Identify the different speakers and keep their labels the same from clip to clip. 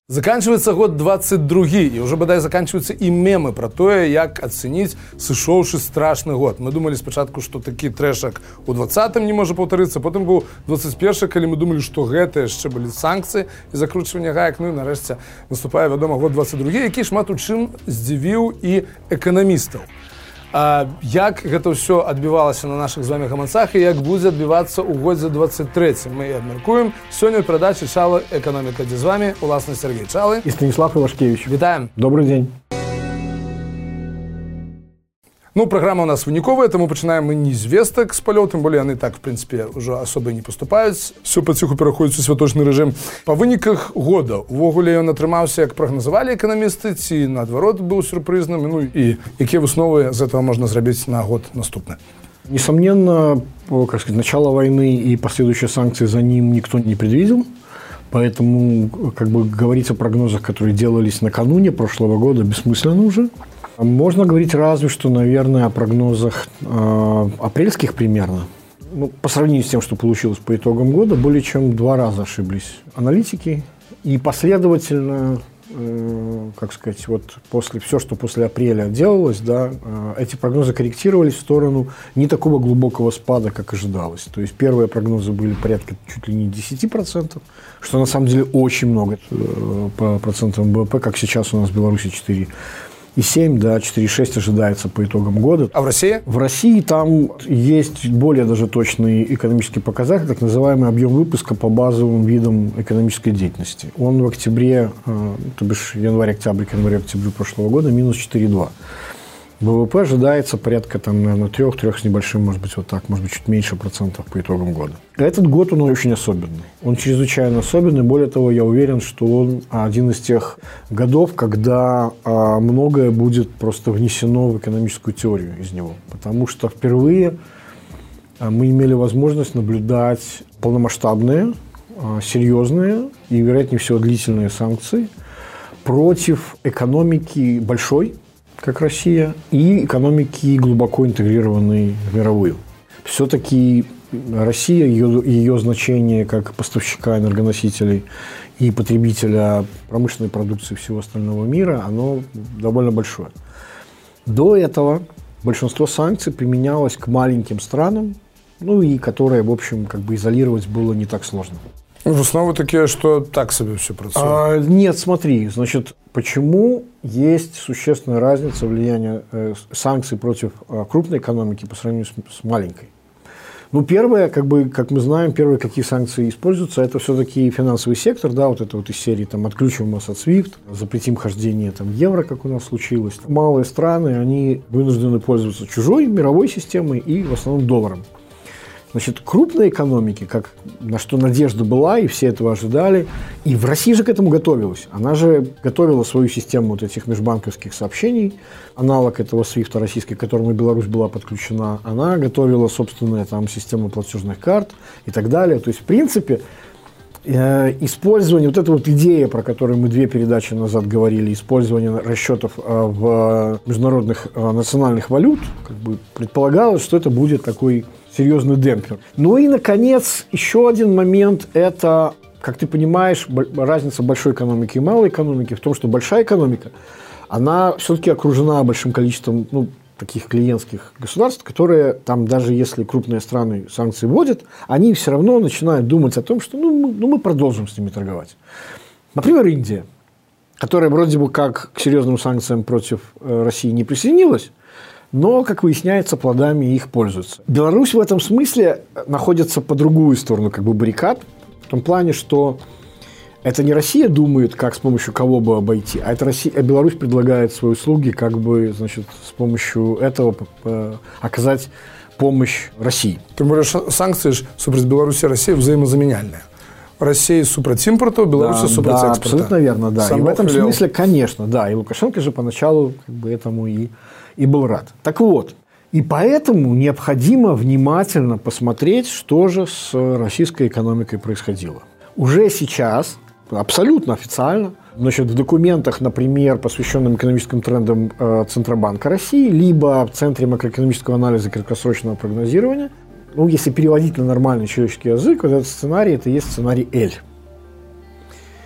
Speaker 1: Заканчивается год 22-й, и уже бадай заканчиваются и мемы про то, як оценить сышоўшы страшный год. Мы думали спочатку, что такі трэшак у 20-м не может повториться, потом был 21-й, калі мы думали, что гэта яшчэ былі санкции и закручивание гаек. Ну и нарэшце наступае, вядома, год 22-й, які шмат у чым здзівіў і эканамістаў. Як гэта ўсё адбівалася на нашых з вами гаманцах і як будзе адбівацца ў годзе 23-м, мы і абмяркуем. Сёння ў перадачы «Чалы эканоміка», дзе з вами уласна Сергей Чалы
Speaker 2: и Станислав Ивашкевич.
Speaker 1: Вітаем.
Speaker 2: Добрый день.
Speaker 1: Ну, программа у нас выніковая, тому починаем мы не з вестак з палёў, тым болей яны так, в принципе, уже особо не поступаюць. Всё паціху пераходзіць у святочны рэжым. Па выніках года увогуле ён атрымаўся, як прагназавалі эканамісты, ці наадварот быў сюрпрызным, ну і якія высновы з этого можна зрабіць на год наступны?
Speaker 2: Несомненно, как сказать, начало войны и последующие санкции за ним никто не предвидел. Поэтому, как бы, говорить о прогнозах, которые делались накануне прошлого года, бессмысленно уже. Можно говорить разве что, наверное, о прогнозах апрельских примерно. Ну, по сравнению с тем, что получилось по итогам года, более чем 2 раза ошиблись аналитики. И последовательно, как сказать, вот все, что после апреля делалось, да, эти прогнозы корректировались в сторону не такого глубокого спада, как ожидалось. То есть первые прогнозы были порядка чуть ли не 10%, что на самом деле очень много по процентам ВВП, как сейчас у нас в Беларуси 4,7, да, 4,6 ожидается по итогам года.
Speaker 1: А в России?
Speaker 2: В России там есть более даже точный экономический показатель, так называемый объем выпуска по базовым видам экономической деятельности. Он в октябре, то бишь январь-октябрь, к январю-октябрю прошлого года минус 4,2. ВВП ожидается порядка, там, наверное, 3 с небольшим, может быть, вот так, может быть, чуть меньше процентов по итогам года. Этот год, он очень особенный. Он чрезвычайно особенный. Более того, я уверен, что он один из тех годов, когда многое будет просто внесено в экономическую теорию из него. Потому что впервые мы имели возможность наблюдать полномасштабные, серьезные и, вероятнее всего, длительные санкции против экономики большой, как Россия, и экономики, глубоко интегрированной в мировую. Все-таки Россия, ее значение как поставщика энергоносителей и потребителя промышленной продукции всего остального мира, оно довольно большое. До этого большинство санкций применялось к маленьким странам, ну и которые, в общем, как бы изолировать было не так сложно.
Speaker 1: В основу такие, что так себе все працует.
Speaker 2: Нет, смотри, значит, почему есть существенная разница влияния санкций против крупной экономики по сравнению с маленькой. Ну, первое, как мы знаем, первые какие санкции используются, это все-таки финансовый сектор, да, вот это вот из серии, там, отключим вас от SWIFT, запретим хождение, там, евро, как у нас случилось. Малые страны, они вынуждены пользоваться чужой мировой системой и в основном долларом. Значит, крупные экономики, как на что надежда была, и все этого ожидали, и в России же к этому готовилась. Она же готовила свою систему вот этих межбанковских сообщений, аналог этого SWIFT российской, к которому Беларусь была подключена. Она готовила собственную там систему платежных карт и так далее. То есть, в принципе, использование, вот эта вот идея, про которую мы 2 передачи назад говорили, использование расчетов в международных национальных валют, как бы предполагалось, что это будет такой серьезный демпфер. Ну и, наконец, еще один момент – это, как ты понимаешь, разница большой экономики и малой экономики в том, что большая экономика, она все-таки окружена большим количеством, ну, таких клиентских государств, которые там, даже если крупные страны санкции вводят, они все равно начинают думать о том, что мы продолжим с ними торговать. Например, Индия, которая вроде бы как к серьезным санкциям против России не присоединилась, но, как выясняется, плодами их пользуются. Беларусь в этом смысле находится по другую сторону как бы баррикад, в том плане, что это не Россия думает, как с помощью кого бы обойти, а это Беларусь предлагает свои услуги, как бы, значит, с помощью этого оказать помощь России.
Speaker 1: Тем более, санкции супраць Беларуси и России взаимозаменяльные. Россия супраць импорта, Беларусь супраць экспорта.
Speaker 2: Абсолютно верно, да. И в этом смысле, конечно, да. И Лукашенко же поначалу как бы этому и был рад. Так вот, и поэтому необходимо внимательно посмотреть, что же с российской экономикой происходило. Уже сейчас, абсолютно официально, значит, в документах, например, посвященным экономическим трендам Центробанка России, либо в Центре макроэкономического анализа и краткосрочного прогнозирования, ну, если переводить на нормальный человеческий язык, вот этот сценарий, это есть сценарий L.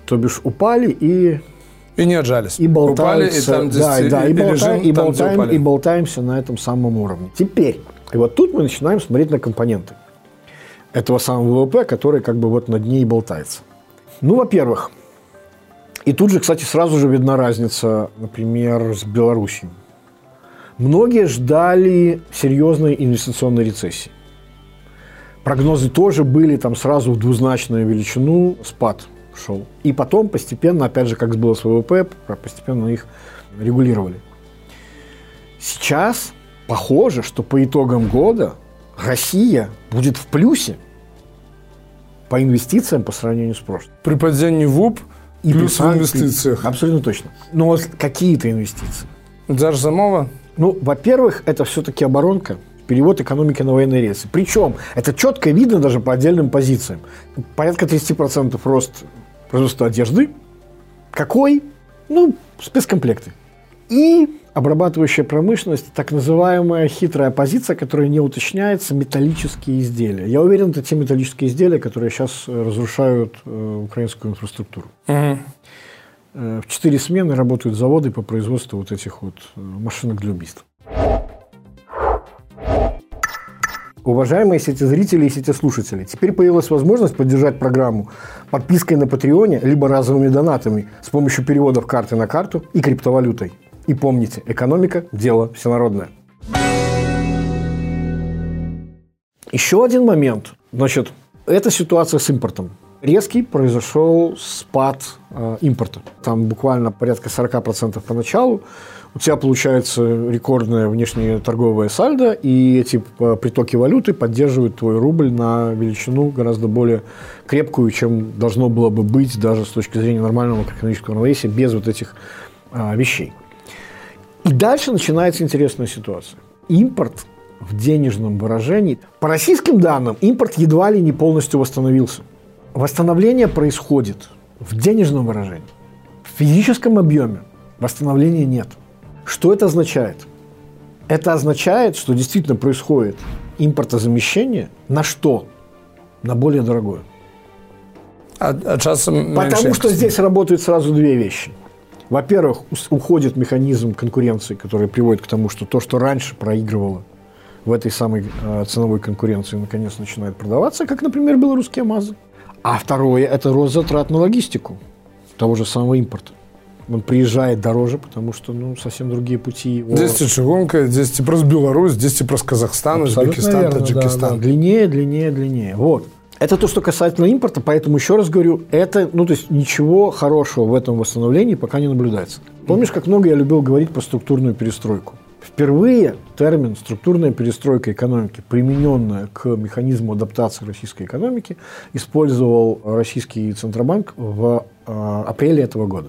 Speaker 2: То бишь упали и
Speaker 1: не отжались.
Speaker 2: И болтаются.
Speaker 1: Упали, и там,
Speaker 2: и болтаемся на этом самом уровне. Теперь, и вот тут мы начинаем смотреть на компоненты этого самого ВВП, который как бы вот над ней и болтается. Ну, во-первых, и тут же, кстати, сразу же видна разница, например, с Белоруссией. Многие ждали серьезной инвестиционной рецессии. Прогнозы тоже были там сразу в двузначную величину, спад шел. И потом постепенно, опять же, как было с ВВП, постепенно их регулировали. Сейчас похоже, что по итогам года Россия будет в плюсе по инвестициям по сравнению с прошлым.
Speaker 1: При падении ВУП и плюс в инвестициях.
Speaker 2: Абсолютно точно. Но какие-то инвестиции.
Speaker 1: Даже замова?
Speaker 2: Ну, во-первых, это все-таки оборонка. Перевод экономики на военные рельсы. Причем это четко видно даже по отдельным позициям. Порядка 30% рост производства одежды. Какой? Ну, спецкомплекты. И обрабатывающая промышленность, так называемая хитрая позиция, которая не уточняется, металлические изделия. Я уверен, это те металлические изделия, которые сейчас разрушают украинскую инфраструктуру.
Speaker 1: Угу.
Speaker 2: В 4 смены работают заводы по производству вот этих вот машинок для убийств. Уважаемые сетезрители и сетеслушатели, теперь появилась возможность поддержать программу подпиской на Патреоне либо разовыми донатами с помощью переводов карты на карту и криптовалютой. И помните, экономика – дело всенародное. Еще один момент. Значит, это ситуация с импортом. Резкий произошел спад импорта. Там буквально порядка 40% поначалу. У тебя получается рекордное внешнее торговое сальдо, и эти притоки валюты поддерживают твой рубль на величину гораздо более крепкую, чем должно было бы быть даже с точки зрения нормального макроэкономического равновесия без вот этих вещей. И дальше начинается интересная ситуация. Импорт в денежном выражении. По российским данным, импорт едва ли не полностью восстановился. Восстановление происходит в денежном выражении. В физическом объеме восстановления нет. Что это означает? Это означает, что действительно происходит импортозамещение на что? На более дорогое. Потому что здесь работают сразу две вещи. Во-первых, уходит механизм конкуренции, который приводит к тому, что то, что раньше проигрывало в этой самой ценовой конкуренции, наконец начинает продаваться, как, например, белорусские МАЗы. А второе – это рост затрат на логистику того же самого импорта. Он приезжает дороже, потому что совсем другие пути.
Speaker 1: Здесь и чугунка, здесь и просто Беларусь, здесь и просто Казахстан, Узбекистан, Таджикистан.
Speaker 2: Да. Длиннее. Вот. Это то, что касательно импорта, поэтому еще раз говорю, это, то есть ничего хорошего в этом восстановлении пока не наблюдается. Помнишь, как много я любил говорить про структурную перестройку? Впервые термин «структурная перестройка экономики», примененная к механизму адаптации российской экономики, использовал российский Центробанк в апреле этого года.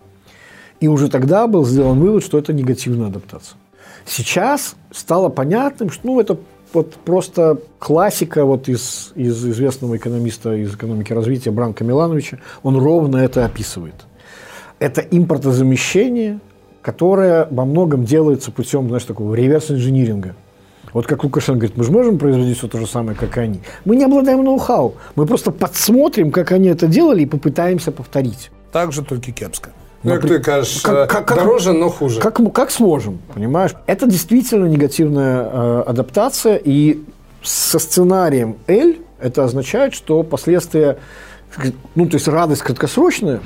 Speaker 2: И уже тогда был сделан вывод, что это негативная адаптация. Сейчас стало понятным, что это вот просто классика из известного экономиста из экономики развития Бранко Милановича. Он ровно это описывает. Это импортозамещение, которое во многом делается путем, такого реверс-инжиниринга. Вот как Лукашенко говорит, мы же можем производить все то же самое, как и они. Мы не обладаем ноу-хау. Мы просто подсмотрим, как они это делали, и попытаемся повторить.
Speaker 1: Так же, только кепско. Как ты кажешь, дороже, но хуже.
Speaker 2: Как сможем, понимаешь? Это действительно негативная адаптация, и со сценарием L это означает, что последствия, то есть радость краткосрочная,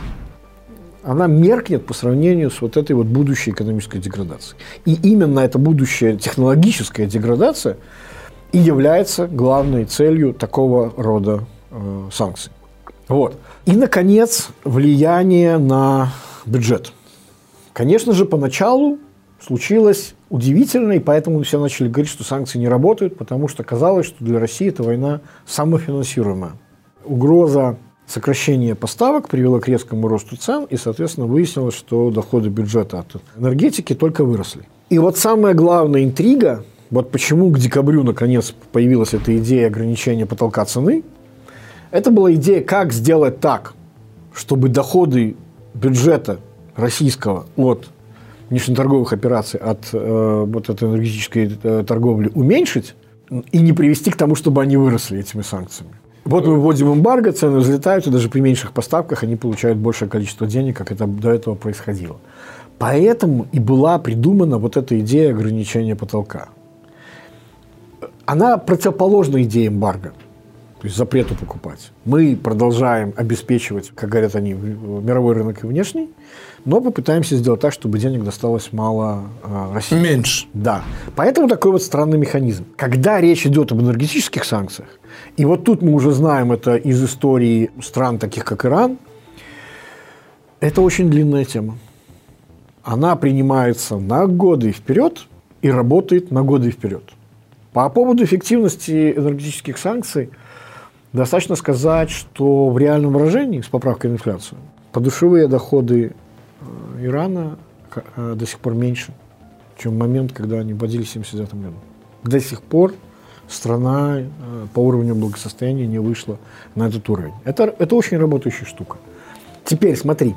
Speaker 2: она меркнет по сравнению с вот этой вот будущей экономической деградацией. И именно эта будущая технологическая деградация и является главной целью такого рода санкций. Вот. И, наконец, влияние на бюджет. Конечно же, поначалу случилось удивительно, и поэтому все начали говорить, что санкции не работают, потому что казалось, что для России эта война самофинансируемая. Угроза сокращения поставок привела к резкому росту цен, и, соответственно, выяснилось, что доходы бюджета от энергетики только выросли. И вот самая главная интрига, вот почему к декабрю, наконец, появилась эта идея ограничения потолка цены, это была идея, как сделать так, чтобы доходы бюджета российского от внешнеторговых операций, от вот этой энергетической торговли уменьшить и не привести к тому, чтобы они выросли этими санкциями. Вот мы вводим эмбарго, цены взлетают, и даже при меньших поставках они получают большее количество денег, как это до этого происходило. Поэтому и была придумана вот эта идея ограничения потолка. Она противоположна идее эмбарго, то есть запрету покупать. Мы продолжаем обеспечивать, как говорят они, мировой рынок и внешний, но попытаемся сделать так, чтобы денег досталось мало России.
Speaker 1: Меньше.
Speaker 2: Да. Поэтому такой вот странный механизм. Когда речь идет об энергетических санкциях, и вот тут мы уже знаем это из истории стран, таких как Иран, это очень длинная тема. Она принимается на годы вперед и работает на годы вперед. По поводу эффективности энергетических санкций достаточно сказать, что в реальном выражении, с поправкой на инфляцию, подушевые доходы Ирана до сих пор меньше, чем в момент, когда они вводились в 1979 году. До сих пор страна по уровню благосостояния не вышла на этот уровень. Это очень работающая штука. Теперь смотри.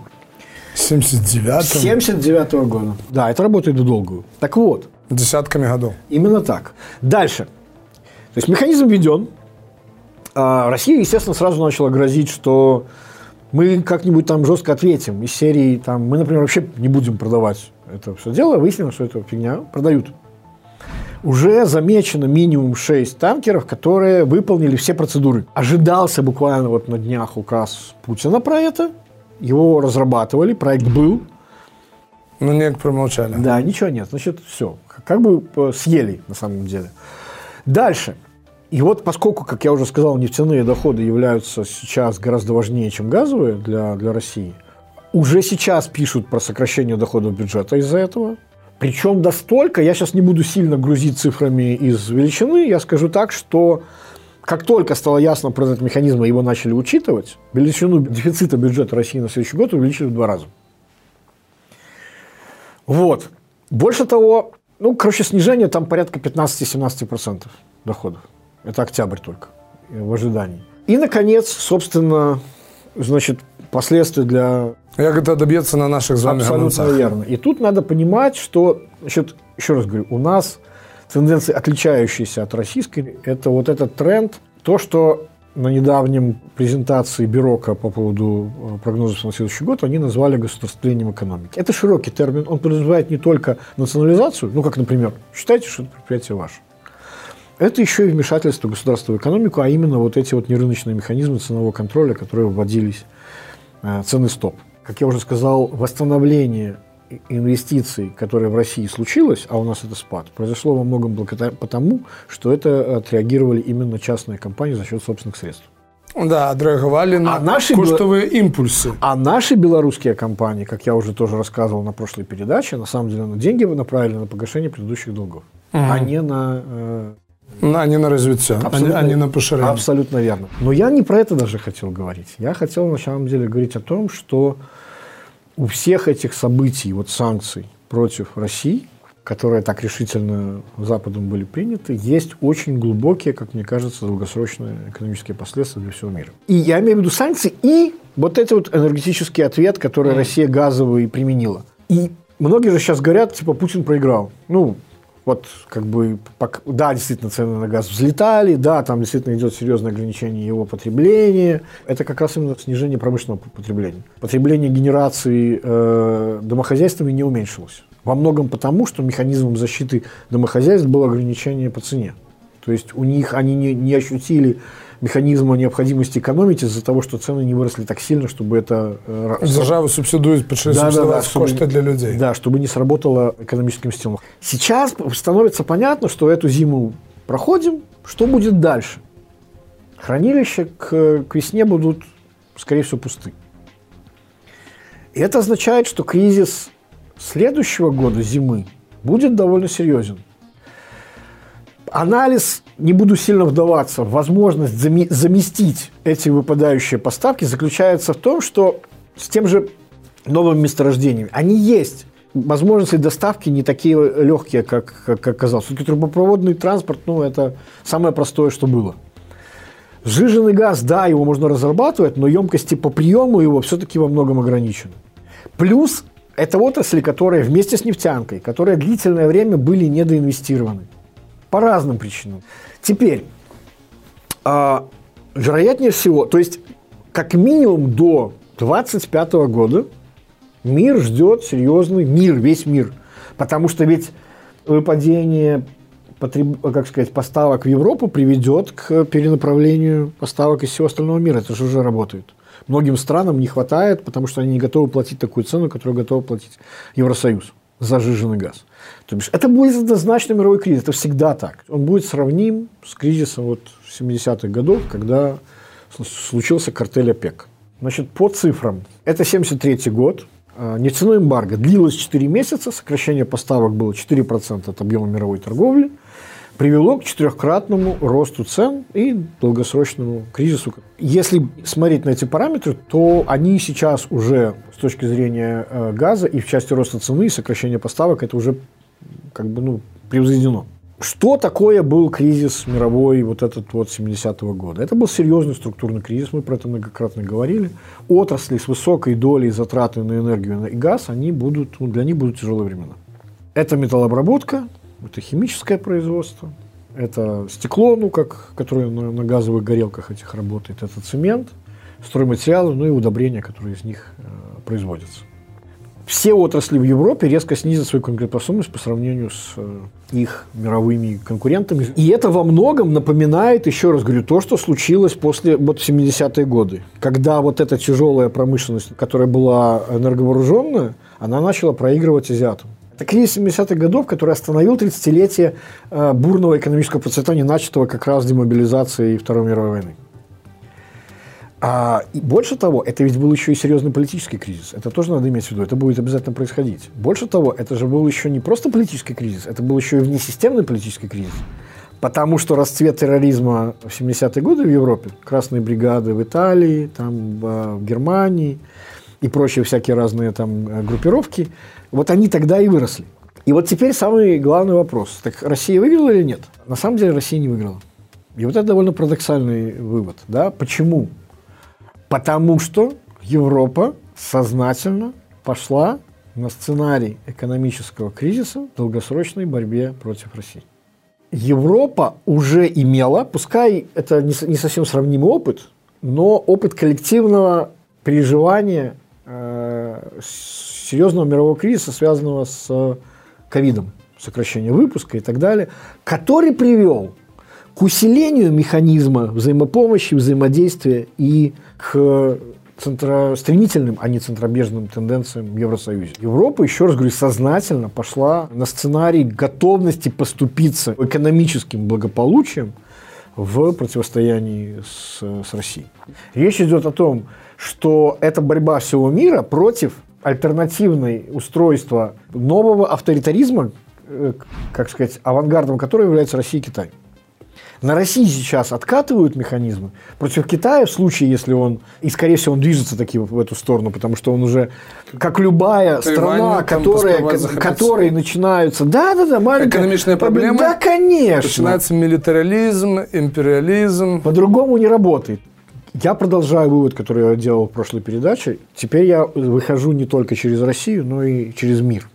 Speaker 2: 79-го года. Да, это работает долгую. Так вот.
Speaker 1: Десятками годов.
Speaker 2: Именно так. Дальше. То есть механизм введен. Россия, естественно, сразу начала грозить, что мы как-нибудь там жестко ответим. Из серии, там, мы, например, вообще не будем продавать это все дело. Выяснилось, что это фигня. Продают. Уже замечено минимум 6 танкеров, которые выполнили все процедуры. Ожидался буквально вот на днях указ Путина про это. Его разрабатывали, проект был.
Speaker 1: Но нет, промолчали.
Speaker 2: Да, ничего нет. Значит, все. Как бы съели, на самом деле. Дальше. И вот поскольку, как я уже сказал, нефтяные доходы являются сейчас гораздо важнее, чем газовые для России, уже сейчас пишут про сокращение доходов бюджета из-за этого. Причем настолько, я сейчас не буду сильно грузить цифрами из величины, я скажу так, что как только стало ясно про этот механизм, и его начали учитывать, величину дефицита бюджета России на следующий год увеличили в 2 раза. Вот. Больше того, снижение там порядка 15-17% доходов. Это октябрь только, в ожидании. И, наконец, собственно, значит, последствия для...
Speaker 1: Как это добьется на наших с вами
Speaker 2: абсолютно верно. И тут надо понимать, что, значит, еще раз говорю, у нас тенденции, отличающиеся от российской, это вот этот тренд, то, что на недавнем презентации Бюрока по поводу прогнозов на следующий год они назвали государствлением экономики. Это широкий термин, он подразумевает не только национализацию, как, например, считайте, что это предприятие ваше. Это еще и вмешательство государства в экономику, а именно вот эти вот нерыночные механизмы ценового контроля, которые вводились, цены стоп. Как я уже сказал, восстановление инвестиций, которое в России случилось, а у нас это спад, произошло во многом потому, что это отреагировали именно частные компании за счет собственных средств.
Speaker 1: Да, отреагировали на коштовые импульсы.
Speaker 2: А наши белорусские компании, как я уже тоже рассказывал на прошлой передаче, на самом деле деньги направили на погашение предыдущих долгов, а не на...
Speaker 1: не на развитие, а не на поширение.
Speaker 2: Абсолютно верно. Но я не про это даже хотел говорить. Я хотел на самом деле говорить о том, что у всех этих событий, вот санкций против России, которые так решительно Западом были приняты, есть очень глубокие, как мне кажется, долгосрочные экономические последствия для всего мира. И я имею в виду санкции и вот этот вот энергетический ответ, который Россия газовый применила. И многие же сейчас говорят, типа, Путин проиграл. Вот, как бы, да, действительно, цены на газ взлетали, да, там действительно идет серьезное ограничение его потребления. Это как раз именно снижение промышленного потребления. Потребление генерации домохозяйствами не уменьшилось. Во многом потому, что механизмом защиты домохозяйств было ограничение по цене. То есть у них они не ощутили механизма необходимости экономить из-за того, что цены не выросли так сильно, чтобы это...
Speaker 1: Держава субсидирует, субсидировать кошты для людей.
Speaker 2: Да, чтобы не сработало экономическим стимулом. Сейчас становится понятно, что эту зиму проходим, что будет дальше. Хранилища к весне будут, скорее всего, пусты. И это означает, что кризис следующего года, зимы, будет довольно серьезен. Анализ, не буду сильно вдаваться, возможность заместить эти выпадающие поставки заключается в том, что с тем же новыми месторождениями они есть. Возможности доставки не такие легкие, как казалось. Все-таки трубопроводный транспорт, это самое простое, что было. Сжиженный газ, да, его можно разрабатывать, но емкости по приему его все-таки во многом ограничены. Плюс это отрасли, которые вместе с нефтянкой, которые длительное время были недоинвестированы. По разным причинам. Теперь, Вероятнее всего, то есть как минимум до 2025 года мир ждет серьезный весь мир. Потому что ведь выпадение поставок в Европу приведет к перенаправлению поставок из всего остального мира. Это же уже работает. Многим странам не хватает, потому что они не готовы платить такую цену, которую готов платить Евросоюз за сжиженный газ. То бишь, это будет однозначно мировой кризис. Это всегда так. Он будет сравним с кризисом 70-х годов, когда случился картель ОПЕК. Значит, по цифрам. Это 1973 год. Нефтяное эмбарго длилось 4 месяца. Сокращение поставок было 4% от объема мировой торговли. Привело к 4-кратному росту цен и долгосрочному кризису. Если смотреть на эти параметры, то они сейчас уже с точки зрения газа и в части роста цены и сокращения поставок это уже превзойдено. Что такое был кризис мировой 70-го года? Это был серьезный структурный кризис, мы про это многократно говорили. Отрасли с высокой долей затраты на энергию и газ, для них будут тяжелые времена. Это металлообработка, это химическое производство, это стекло, которое на газовых горелках этих работает, это цемент, стройматериалы, и удобрения, которые из них производятся. Все отрасли в Европе резко снизят свою конкурентоспособность по сравнению с их мировыми конкурентами. И это во многом напоминает, еще раз говорю, то, что случилось после 70-е годы. Когда эта тяжелая промышленность, которая была энерговооруженная, она начала проигрывать азиатам. Это кризис 70-х годов, который остановил 30-летие бурного экономического процветания, начатого как раз демобилизацией Второй мировой войны. И больше того, это ведь был еще и серьезный политический кризис. Это тоже надо иметь в виду. Это будет обязательно происходить. Больше того, это же был еще не просто политический кризис, это был еще и внесистемный политический кризис. Потому что расцвет терроризма в 70-е годы в Европе, красные бригады в Италии, в Германии и прочие всякие разные группировки, они тогда и выросли. И теперь самый главный вопрос. Так Россия выиграла или нет? На самом деле Россия не выиграла. И это довольно парадоксальный вывод. Да? Почему? Потому что Европа сознательно пошла на сценарий экономического кризиса в долгосрочной борьбе против России. Европа уже имела, пускай это не совсем сравнимый опыт, но опыт коллективного переживания серьезного мирового кризиса, связанного с ковидом, сокращение выпуска и так далее, который привел к усилению механизма взаимопомощи, взаимодействия и к стремительным, а не центробежным тенденциям в Евросоюзе. Европа, еще раз говорю, сознательно пошла на сценарий готовности поступиться экономическим благополучием в противостоянии с Россией. Речь идет о том, что это борьба всего мира против альтернативной устройства нового авторитаризма, авангардом которого является Россия и Китай. На России сейчас откатывают механизмы. Против Китая, в случае, если он, и скорее всего он движется таки в эту сторону, потому что он уже, как любая страна, которые начинаются... Да, маленькая...
Speaker 1: Экономичные проблемы.
Speaker 2: Да, конечно.
Speaker 1: Начинается милитаризм, империализм.
Speaker 2: По-другому не работает. Я продолжаю вывод, который я делал в прошлой передаче. Теперь я выхожу не только через Россию, но и через мир.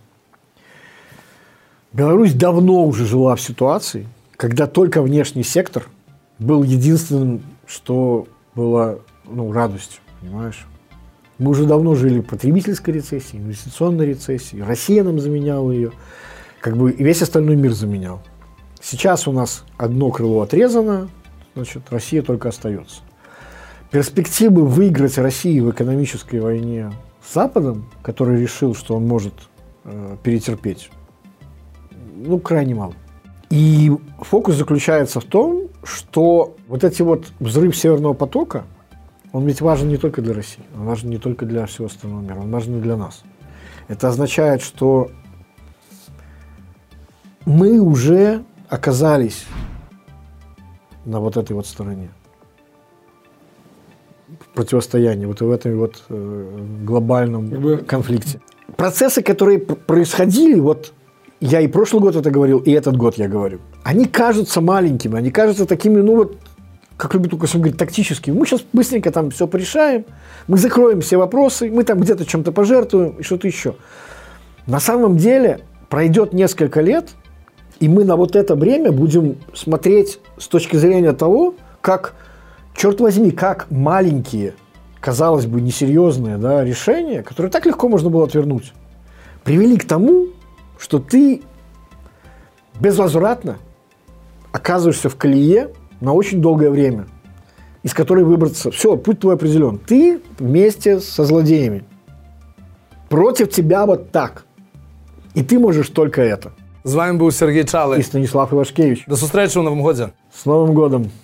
Speaker 2: Беларусь давно уже жила в ситуации, когда только внешний сектор был единственным, что было радостью, понимаешь? Мы уже давно жили в потребительской рецессии, инвестиционной рецессии. Россия нам заменяла ее, и весь остальной мир заменял. Сейчас у нас одно крыло отрезано, Россия только остается. Перспективы выиграть России в экономической войне с Западом, который решил, что он может перетерпеть, крайне мало. И фокус заключается в том, что взрыв Северного потока, он ведь важен не только для России, он важен не только для всего остального мира, он важен и для нас. Это означает, что мы уже оказались на этой стороне в противостоянии, в этом глобальном конфликте. Процессы, которые происходили, я и прошлый год это говорил, и этот год я говорю. Они кажутся маленькими, они кажутся такими, как любит Лукашенко говорить, тактическими. Мы сейчас быстренько там все порешаем, мы закроем все вопросы, мы там где-то чем-то пожертвуем и что-то еще. На самом деле пройдет несколько лет, и мы на это время будем смотреть с точки зрения того, как черт возьми, как маленькие, казалось бы, несерьезные, да, решения, которые так легко можно было отвернуть, привели к тому, что ты безвозвратно оказываешься в колее на очень долгое время, из которой выбраться. Все, путь твой определен. Ты вместе со злодеями. Против тебя вот так. И ты можешь только это.
Speaker 1: З вами був Сергій Чалий.
Speaker 2: И Станислав Ивашкевич.
Speaker 1: До зустрічі у Новому годі.
Speaker 2: С Новым годом!